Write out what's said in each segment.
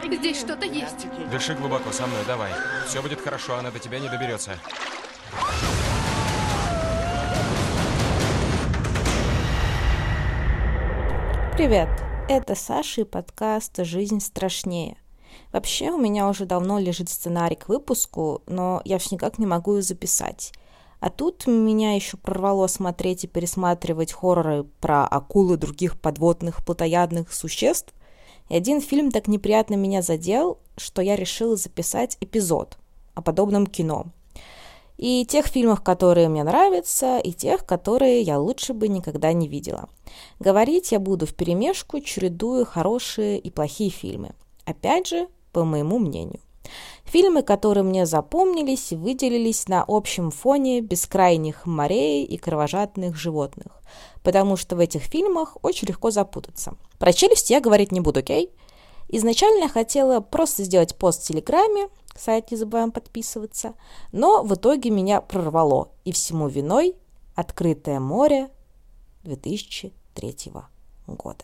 Здесь что-то есть. Дыши глубоко, со мной, давай. Все будет хорошо, она до тебя не доберется. Привет, это Саша и подкаст «Жизнь страшнее». Вообще, у меня уже давно лежит сценарий к выпуску, но я все никак не могу его записать. А тут меня еще прорвало смотреть и пересматривать хорроры про акул и других подводных плотоядных существ. И один фильм так неприятно меня задел, что я решила записать эпизод о подобном кино. И тех фильмах, которые мне нравятся, и тех, которые я лучше бы никогда не видела. Говорить я буду вперемешку, чередуя хорошие и плохие фильмы. Опять же, по моему мнению. Фильмы, которые мне запомнились и выделились на общем фоне бескрайних морей и кровожадных животных. Потому что в этих фильмах очень легко запутаться. Про «Челюсть» я говорить не буду, окей? Изначально я хотела просто сделать пост в Телеграме, сайт не забываем подписываться, но в итоге меня прорвало, и всему виной «Открытое море» 2003 года.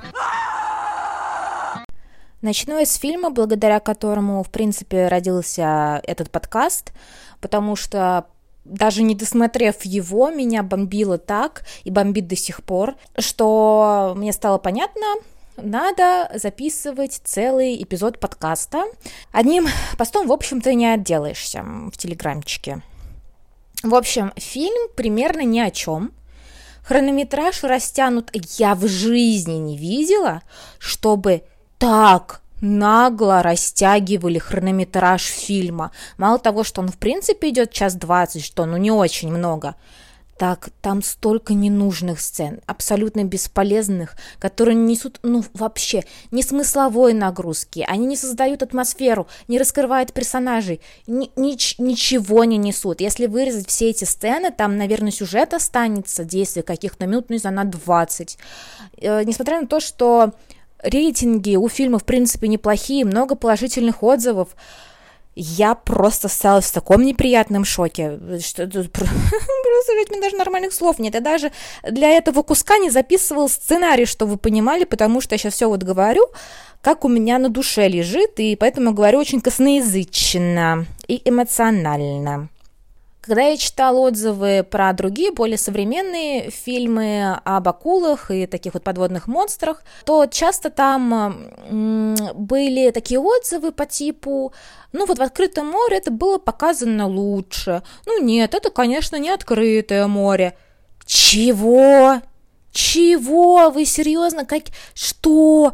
Начну я с фильма, благодаря которому, в принципе, родился этот подкаст, потому что даже не досмотрев его, меня бомбило так и бомбит до сих пор, что мне стало понятно, надо записывать целый эпизод подкаста. Одним постом, в общем-то, не отделаешься в телеграмчике. В общем, фильм примерно ни о чем. Хронометраж растянут. Я в жизни не видела, чтобы так нагло растягивали хронометраж фильма. Мало того, что он в принципе идет 1:20, что не очень много, так там столько ненужных сцен, абсолютно бесполезных, которые не несут, вообще, ни смысловой нагрузки, они не создают атмосферу, не раскрывают персонажей, ничего не несут. Если вырезать все эти сцены, там, наверное, сюжет останется, действие каких-то минут, на 20. Несмотря на то, что рейтинги у фильма, в принципе, неплохие, много положительных отзывов, я просто осталась в таком неприятном шоке, что просто мне даже нормальных слов нет. Я даже для этого куска не записывал сценарий, чтобы вы понимали, потому что я сейчас все говорю, как у меня на душе лежит, и поэтому говорю очень косноязычно и эмоционально. Когда я читала отзывы про другие, более современные фильмы об акулах и таких вот подводных монстрах, то часто там были такие отзывы по типу: в «Открытом море» это было показано лучше. Нет, это, конечно, не «Открытое море». Чего? Чего? Вы серьезно? Что?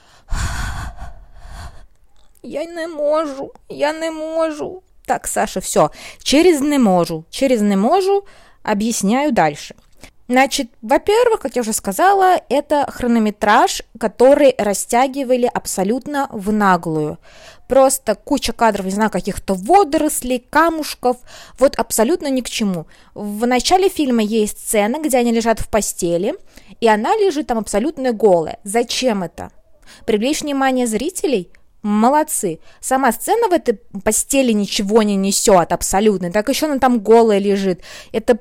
Я не можу. Так, Саша, все. Через не можу объясняю дальше. Значит, во-первых, как я уже сказала, это хронометраж, который растягивали абсолютно в наглую. Просто куча кадров, не знаю, каких-то водорослей, камушков, вот абсолютно ни к чему. В начале фильма есть сцена, где они лежат в постели, и она лежит там абсолютно голая. Зачем это? Привлечь внимание зрителей? Молодцы. Сама сцена в этой постели ничего не несет абсолютно. Так еще она там голая лежит. Это...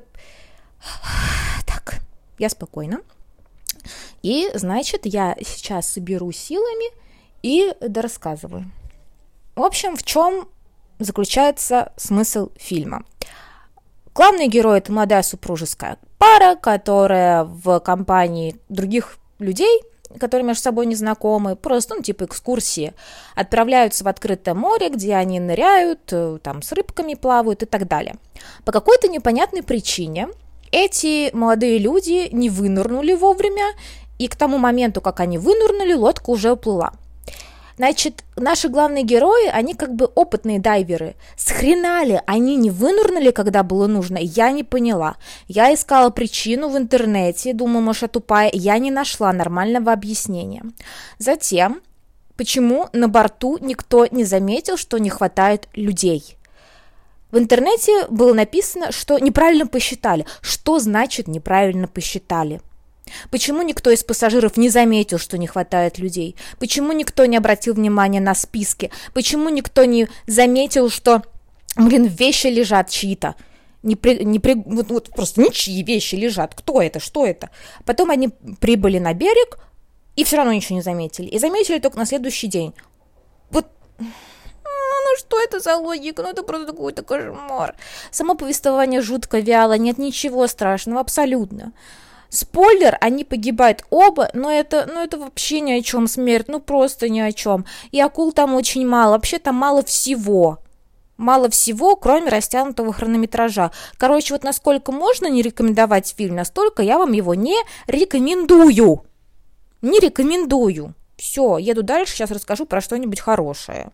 Так, я спокойна. И, значит, я сейчас соберу силами и дорассказываю. В общем, в чем заключается смысл фильма? Главный герой – это молодая супружеская пара, которая в компании других людей, которые между собой не знакомы, просто, экскурсии, отправляются в открытое море, где они ныряют, там с рыбками плавают и так далее. По какой-то непонятной причине эти молодые люди не вынырнули вовремя, и к тому моменту, как они вынырнули, лодка уже уплыла. Значит, наши главные герои, они как бы опытные дайверы. С хрена ли они не вынырнули, когда было нужно? Я не поняла. Я искала причину в интернете, думаю, может, я тупая. Я не нашла нормального объяснения. Затем, почему на борту никто не заметил, что не хватает людей? В интернете было написано, что неправильно посчитали. Что значит неправильно посчитали? Почему никто из пассажиров не заметил, что не хватает людей? Почему никто не обратил внимания на списки? Почему никто не заметил, что, вещи лежат чьи-то? Просто ничьи вещи лежат. Кто это? Что это? Потом они прибыли на берег и все равно ничего не заметили. И заметили только на следующий день. Вот, ну что это за логика? Ну это просто какой-то кошмар. Само повествование жутко вяло, нет ничего страшного, абсолютно. Спойлер, они погибают оба, но это вообще ни о чем смерть, ну просто ни о чем. И акул там очень мало, вообще там мало всего. Мало всего, кроме растянутого хронометража. Короче, вот насколько можно не рекомендовать фильм, настолько я вам его не рекомендую. Не рекомендую. Все, еду дальше, сейчас расскажу про что-нибудь хорошее.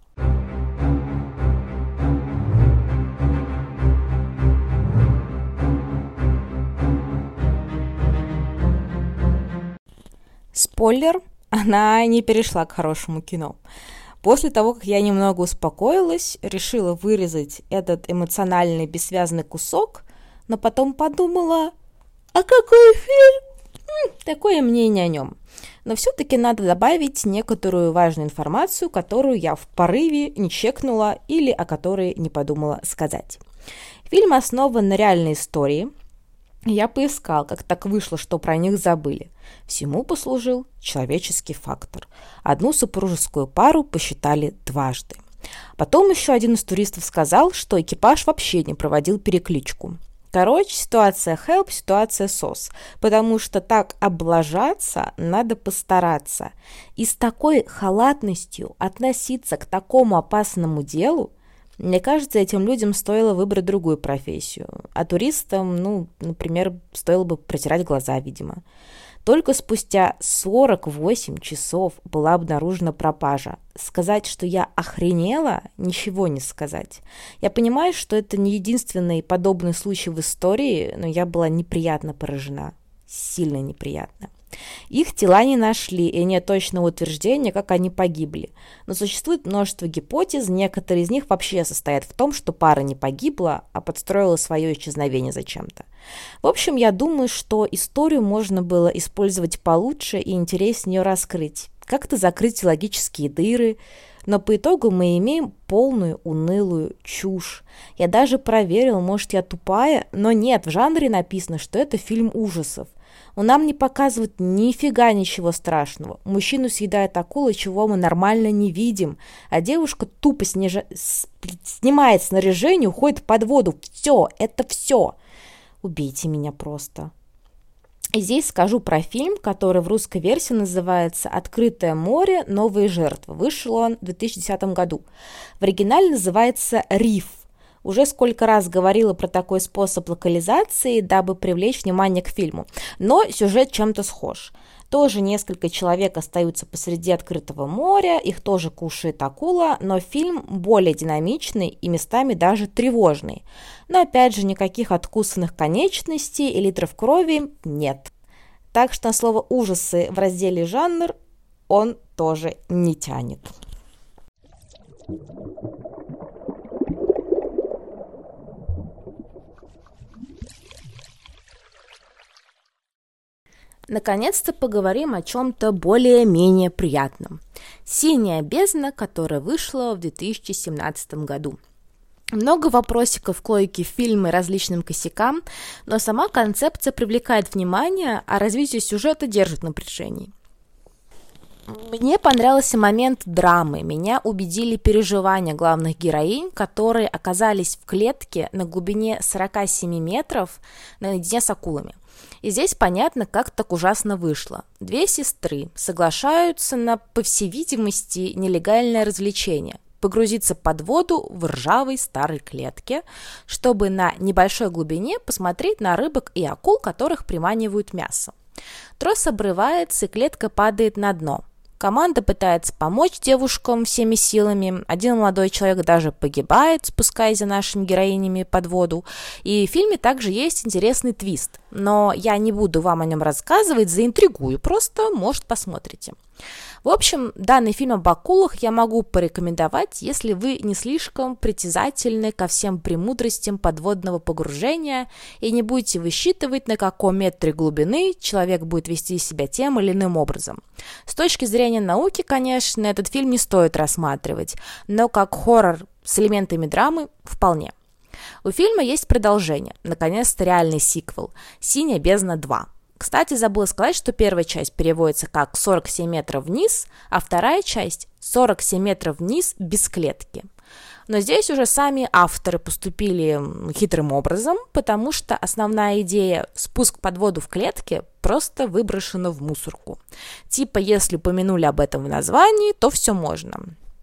Спойлер, она не перешла к хорошему кино. После того, как я немного успокоилась, решила вырезать этот эмоциональный бессвязный кусок, но потом подумала, а какой фильм? Такое мнение о нем. Но все-таки надо добавить некоторую важную информацию, которую я в порыве не чекнула или о которой не подумала сказать. Фильм основан на реальной истории. Я поискал, как так вышло, что про них забыли. Всему послужил человеческий фактор. Одну супружескую пару посчитали дважды. Потом еще один из туристов сказал, что экипаж вообще не проводил перекличку. Короче, ситуация help, ситуация SOS, потому что так облажаться надо постараться. И с такой халатностью относиться к такому опасному делу, мне кажется, этим людям стоило выбрать другую профессию, а туристам, например, стоило бы протирать глаза, видимо. Только спустя 48 часов была обнаружена пропажа. Сказать, что я охренела, ничего не сказать. Я понимаю, что это не единственный подобный случай в истории, но я была неприятно поражена. Сильно неприятно. Их тела не нашли, и нет точного утверждения, как они погибли. Но существует множество гипотез, некоторые из них вообще состоят в том, что пара не погибла, а подстроила свое исчезновение зачем-то. В общем, я думаю, что историю можно было использовать получше и интереснее раскрыть, как-то закрыть логические дыры, но по итогу мы имеем полную унылую чушь. Я даже проверила, может, я тупая, но нет, в жанре написано, что это фильм ужасов. Но нам не показывают нифига ничего страшного. Мужчину съедает акула, чего мы нормально не видим. А девушка тупо снимает снаряжение, уходит под воду. Все, это все. Убейте меня просто. И здесь скажу про фильм, который в русской версии называется «Открытое море. Новые жертвы». Вышел он в 2010 году. В оригинале называется «Риф». Уже сколько раз говорила про такой способ локализации, дабы привлечь внимание к фильму. Но сюжет чем-то схож. Тоже несколько человек остаются посреди открытого моря, их тоже кушает акула, но фильм более динамичный и местами даже тревожный. Но опять же, никаких откусанных конечностей и литров крови нет. Так что на слово «ужасы» в разделе «жанр» он тоже не тянет. Наконец-то поговорим о чем-то более-менее приятном. «Синяя бездна», которая вышла в 2017 году. Много вопросиков к логике фильма и различным косякам, но сама концепция привлекает внимание, а развитие сюжета держит напряжение. Мне понравился момент драмы, меня убедили переживания главных героинь, которые оказались в клетке на глубине 47 метров наедине с акулами. И здесь понятно, как так ужасно вышло. Две сестры соглашаются на, по всей видимости, нелегальное развлечение – погрузиться под воду в ржавой старой клетке, чтобы на небольшой глубине посмотреть на рыбок и акул, которых приманивают мясом. Трос обрывается, и клетка падает на дно. Команда пытается помочь девушкам всеми силами. Один молодой человек даже погибает, спускаясь за нашими героинями под воду. И в фильме также есть интересный твист. Но я не буду вам о нем рассказывать, заинтригую, просто, может, посмотрите. В общем, данный фильм об акулах я могу порекомендовать, если вы не слишком притязательны ко всем премудростям подводного погружения и не будете высчитывать, на каком метре глубины человек будет вести себя тем или иным образом. С точки зрения науки, конечно, этот фильм не стоит рассматривать, но как хоррор с элементами драмы вполне. У фильма есть продолжение, наконец-то реальный сиквел «Синяя бездна 2». Кстати, забыла сказать, что первая часть переводится как 47 метров вниз, а вторая часть 47 метров вниз без клетки. Но здесь уже сами авторы поступили хитрым образом, потому что основная идея «спуск под воду в клетке» просто выброшена в мусорку. Типа, если упомянули об этом в названии, то все можно.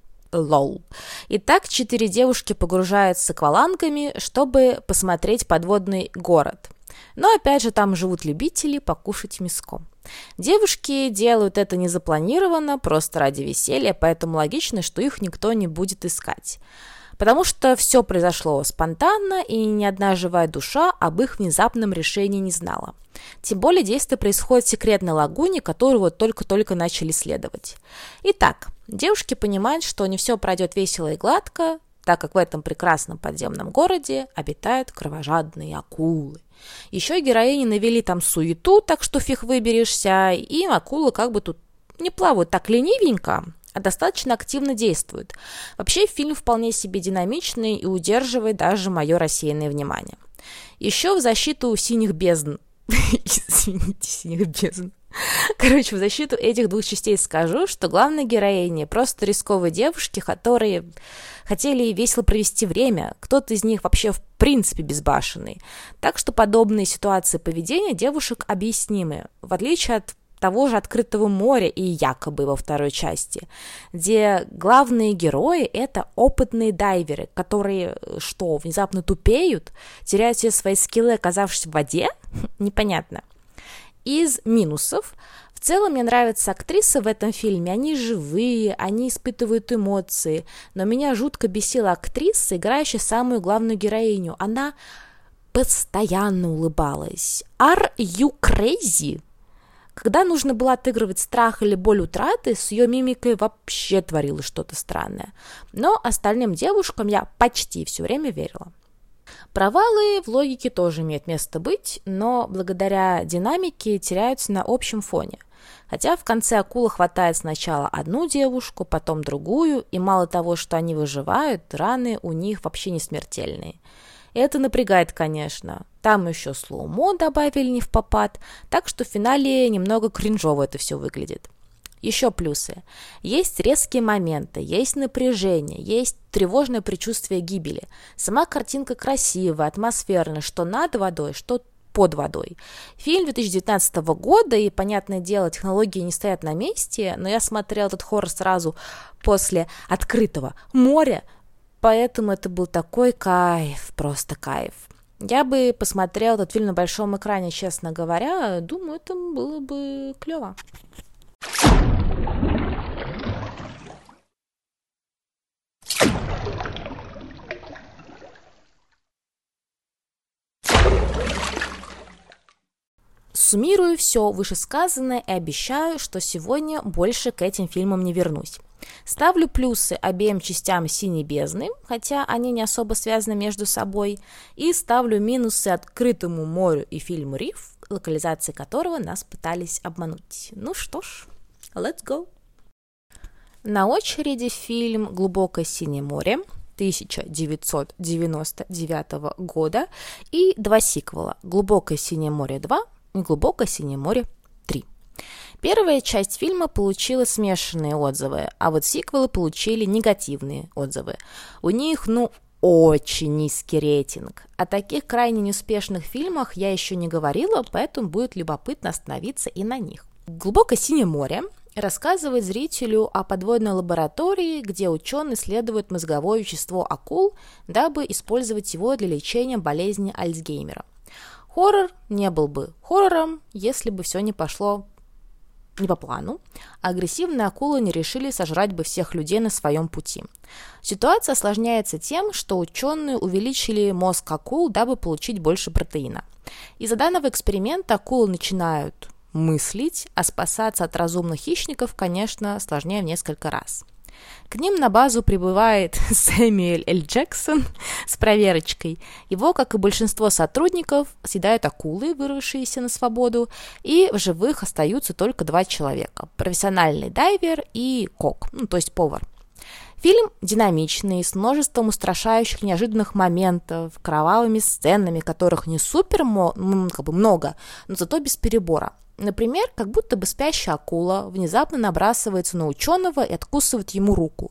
Лол. Итак, 4 девушки погружаются с аквалангами, чтобы посмотреть подводный город. Но опять же там живут любители покушать мяско. Девушки делают это незапланированно, просто ради веселья, поэтому логично, что их никто не будет искать. Потому что все произошло спонтанно, и ни одна живая душа об их внезапном решении не знала. Тем более действие происходит в секретной лагуне, которую вот только-только начали исследовать. Итак, девушки понимают, что не все пройдет весело и гладко, так как в этом прекрасном подземном городе обитают кровожадные акулы. Еще героини навели там суету, так что фиг выберешься, и акулы как бы тут не плавают так ленивенько, а достаточно активно действуют. Вообще фильм вполне себе динамичный и удерживает даже мое рассеянное внимание. Еще в защиту синих бездн. Извините, синих бездн. Короче, в защиту этих двух частей скажу, что главные героини просто рисковые девушки, которые хотели весело провести время. Кто-то из них вообще в принципе безбашенный. Так что подобные ситуации поведения девушек объяснимы, в отличие от того же «Открытого моря» и якобы во второй части, где главные герои – это опытные дайверы, которые что, внезапно тупеют, теряют все свои скиллы, оказавшись в воде? Непонятно. Из минусов. В целом мне нравятся актрисы в этом фильме, они живые, они испытывают эмоции, но меня жутко бесила актриса, играющая самую главную героиню. Она постоянно улыбалась. Are you crazy? Когда нужно было отыгрывать страх или боль утраты, с ее мимикой вообще творилось что-то странное. Но остальным девушкам я почти все время верила. Провалы в логике тоже имеют место быть, но благодаря динамике теряются на общем фоне. Хотя в конце акула хватает сначала одну девушку, потом другую, и мало того, что они выживают, раны у них вообще не смертельные. Это напрягает, конечно. Там еще слоумо добавили не впопад, так что в финале немного кринжово это все выглядит. Еще плюсы. Есть резкие моменты, есть напряжение, есть тревожное предчувствие гибели. Сама картинка красивая, атмосферная, что над водой, что под водой. Фильм 2019 года, и, понятное дело, технологии не стоят на месте, но я смотрела этот хоррор сразу после «Открытого моря», поэтому это был такой кайф, просто кайф. Я бы посмотрела этот фильм на большом экране, честно говоря, думаю, это было бы клево. Суммирую все вышесказанное и обещаю, что сегодня больше к этим фильмам не вернусь. Ставлю плюсы обеим частям «Синей бездны», хотя они не особо связаны между собой, и ставлю минусы «Открытому морю» и фильму «Риф», локализации которого нас пытались обмануть. Ну что ж, let's go! На очереди фильм «Глубокое синее море» 1999 года и два сиквела «Глубокое синее море 2» и «Глубокое синее море 3». Первая часть фильма получила смешанные отзывы, а вот сиквелы получили негативные отзывы. У них, очень низкий рейтинг. О таких крайне неуспешных фильмах я еще не говорила, поэтому будет любопытно остановиться и на них. «Глубокое синее море» рассказывает зрителю о подводной лаборатории, где ученые исследуют мозговое вещество акул, дабы использовать его для лечения болезни Альцгеймера. Хоррор не был бы хоррором, если бы все не пошло не по плану, а агрессивные акулы не решили сожрать бы всех людей на своем пути. Ситуация осложняется тем, что ученые увеличили мозг акул, дабы получить больше протеина. Из-за данного эксперимента акулы начинают мыслить, а спасаться от разумных хищников, конечно, сложнее в несколько раз. К ним на базу прибывает Сэмюэль Л. Джексон с проверочкой. Его, как и большинство сотрудников, съедают акулы, вырвавшиеся на свободу, и в живых остаются только 2 человека – профессиональный дайвер и кок, то есть повар. Фильм динамичный, с множеством устрашающих неожиданных моментов, кровавыми сценами, которых не супер много, но зато без перебора. Например, как будто бы спящая акула внезапно набрасывается на ученого и откусывает ему руку.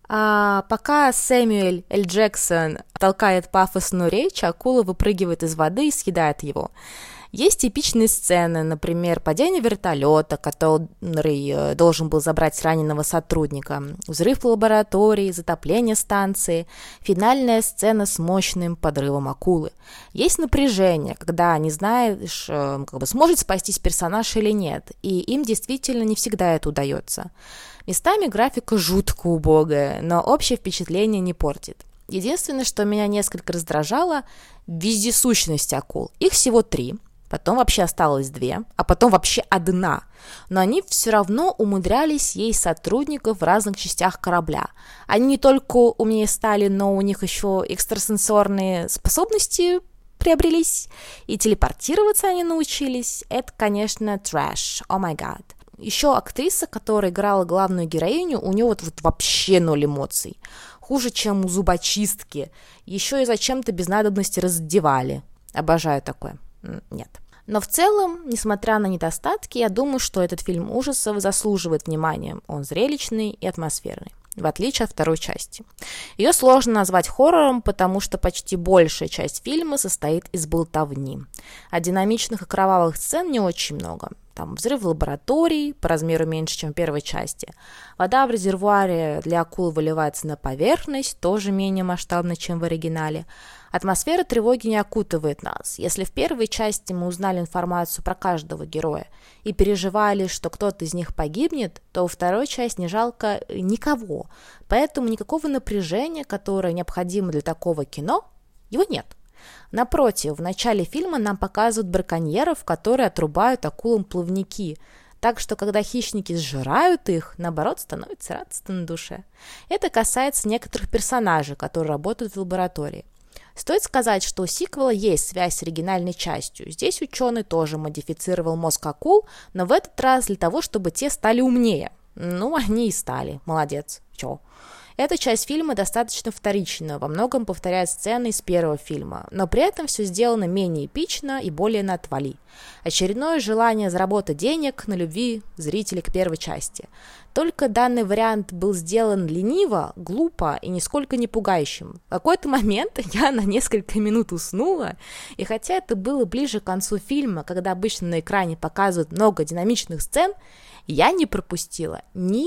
А пока Сэмюэль Л. Джексон толкает пафосную речь, акула выпрыгивает из воды и съедает его. Есть типичные сцены, например, падение вертолета, который должен был забрать раненого сотрудника, взрыв в лаборатории, затопление станции, финальная сцена с мощным подрывом акулы. Есть напряжение, когда не знаешь, сможет спастись персонаж или нет, и им действительно не всегда это удается. Местами графика жутко убогая, но общее впечатление не портит. Единственное, что меня несколько раздражало – вездесущность акул. Их всего 3. Потом вообще осталось 2, а потом вообще 1. Но они все равно умудрялись есть сотрудников в разных частях корабля. Они не только умнее стали, но у них еще экстрасенсорные способности приобрелись, и телепортироваться они научились. Это, конечно, трэш. О май гад. Еще актриса, которая играла главную героиню, у нее вот вообще 0 эмоций. Хуже, чем у зубочистки. Еще и зачем-то без надобности раздевали. Обожаю такое. Нет. Но в целом, несмотря на недостатки, я думаю, что этот фильм ужасов заслуживает внимания. Он зрелищный и атмосферный, в отличие от второй части. Ее сложно назвать хоррором, потому что почти большая часть фильма состоит из болтовни. А динамичных и кровавых сцен не очень много. Там взрыв в лаборатории, по размеру меньше, чем в первой части. Вода в резервуаре для акул выливается на поверхность, тоже менее масштабно, чем в оригинале. Атмосфера тревоги не окутывает нас. Если в первой части мы узнали информацию про каждого героя и переживали, что кто-то из них погибнет, то во второй части не жалко никого. Поэтому никакого напряжения, которое необходимо для такого кино, его нет. Напротив, в начале фильма нам показывают браконьеров, которые отрубают акулам плавники, так что, когда хищники сжирают их, наоборот, становится радостно на душе. Это касается некоторых персонажей, которые работают в лаборатории. Стоит сказать, что у сиквела есть связь с оригинальной частью. Здесь ученый тоже модифицировал мозг акул, но в этот раз для того, чтобы те стали умнее. Ну, они и стали. Молодец. Чё? Эта часть фильма достаточно вторична, во многом повторяет сцены из первого фильма, но при этом все сделано менее эпично и более на отвали. Очередное желание заработать денег на любви зрителей к первой части. Только данный вариант был сделан лениво, глупо и нисколько не пугающим. В какой-то момент я на несколько минут уснула, и хотя это было ближе к концу фильма, когда обычно на экране показывают много динамичных сцен, я не пропустила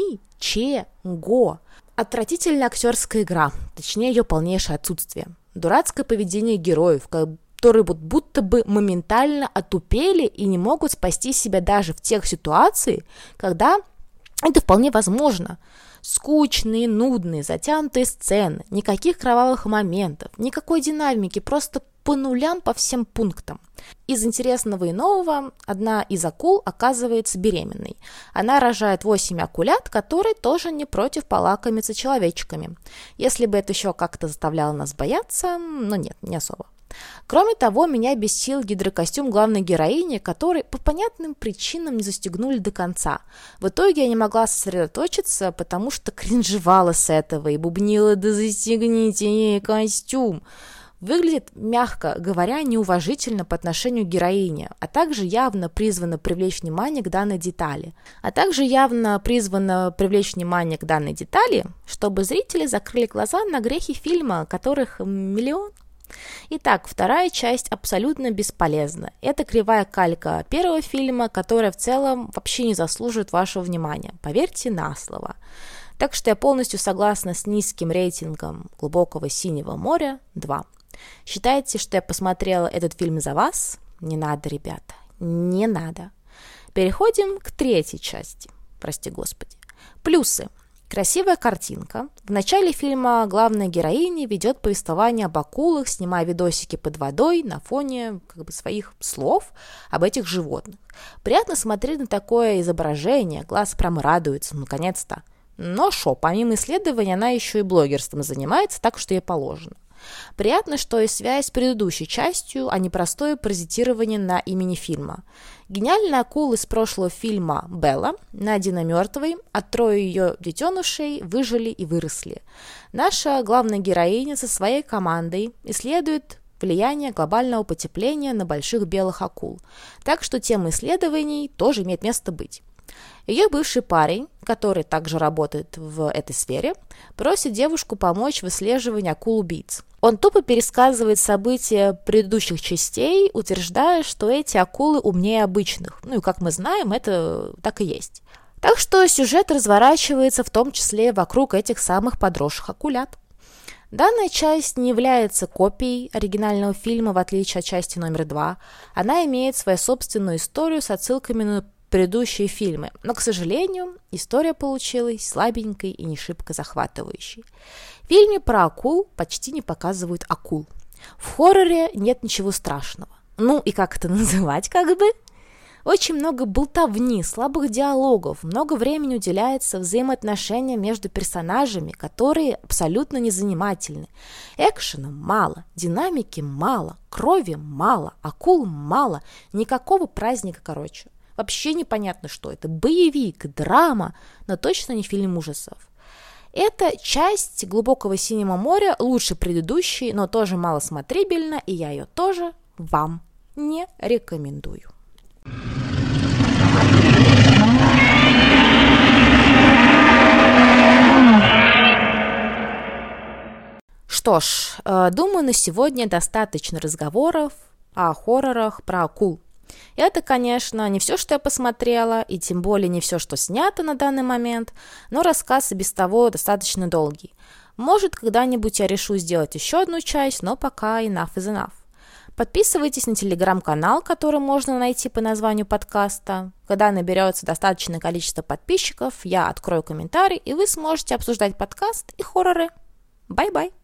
ничего. Отвратительная актерская игра, точнее ее полнейшее отсутствие. Дурацкое поведение героев, которые будто бы моментально отупели и не могут спасти себя даже в тех ситуациях, когда это вполне возможно. Скучные, нудные, затянутые сцены, никаких кровавых моментов, никакой динамики, просто по нулям по всем пунктам. Из интересного и нового, одна из акул оказывается беременной. Она рожает 8 акулят, которые тоже не против полакомиться человечками. Если бы это еще как-то заставляло нас бояться, но нет, не особо. Кроме того, меня бесил гидрокостюм главной героини, который по понятным причинам не застегнули до конца. В итоге я не могла сосредоточиться, потому что кринжевала с этого и бубнила: «Да застегните ей костюм!» Выглядит, мягко говоря, неуважительно по отношению к героине, а также явно призвано привлечь внимание к данной детали, чтобы зрители закрыли глаза на грехи фильма, которых миллион. Итак, вторая часть абсолютно бесполезна. Это кривая калька первого фильма, которая в целом вообще не заслуживает вашего внимания. Поверьте на слово. Так что я полностью согласна с низким рейтингом «Глубокого синего моря» 2. Считаете, что я посмотрела этот фильм за вас? Не надо, ребята, не надо. Переходим к третьей части. Прости господи. Плюсы. Красивая картинка. В начале фильма главная героиня ведет повествование об акулах, снимая видосики под водой на фоне своих слов об этих животных. Приятно смотреть на такое изображение, глаз прям радуется, наконец-то. Но помимо исследований, она еще и блогерством занимается, так что ей положено. Приятно, что есть связь с предыдущей частью, а не простое паразитирование на имени фильма. Гениальная акула из прошлого фильма Белла найдена мертвой, а 3 ее детенышей выжили и выросли. Наша главная героиня со своей командой исследует влияние глобального потепления на больших белых акул. Так что тема исследований тоже имеет место быть. Ее бывший парень, который также работает в этой сфере, просит девушку помочь в исследовании акул-убийц. Он тупо пересказывает события предыдущих частей, утверждая, что эти акулы умнее обычных. Ну и как мы знаем, это так и есть. Так что сюжет разворачивается в том числе вокруг этих самых подросших акулят. Данная часть не является копией оригинального фильма, в отличие от части номер 2. Она имеет свою собственную историю с отсылками на предыдущие фильмы, но, к сожалению, история получилась слабенькой и не шибко захватывающей. В фильме про акул почти не показывают акул. В хорроре нет ничего страшного. Ну и как это называть, как бы? Очень много болтовни, слабых диалогов, много времени уделяется взаимоотношениям между персонажами, которые абсолютно незанимательны. Экшена мало, динамики мало, крови мало, акул мало, никакого праздника, короче. Вообще непонятно, что это. Боевик, драма, но точно не фильм ужасов. Эта часть «Глубокого синего моря» лучше предыдущей, но тоже малосмотрибельна, и я ее тоже вам не рекомендую. Что ж, думаю, на сегодня достаточно разговоров о хоррорах про акул. Это, конечно, не все, что я посмотрела, и тем более не все, что снято на данный момент, но рассказ и без того достаточно долгий. Может, когда-нибудь я решу сделать еще одну часть, но пока enough is enough. Подписывайтесь на телеграм-канал, который можно найти по названию подкаста. Когда наберется достаточное количество подписчиков, я открою комментарий, и вы сможете обсуждать подкаст и хорроры. Бай-бай!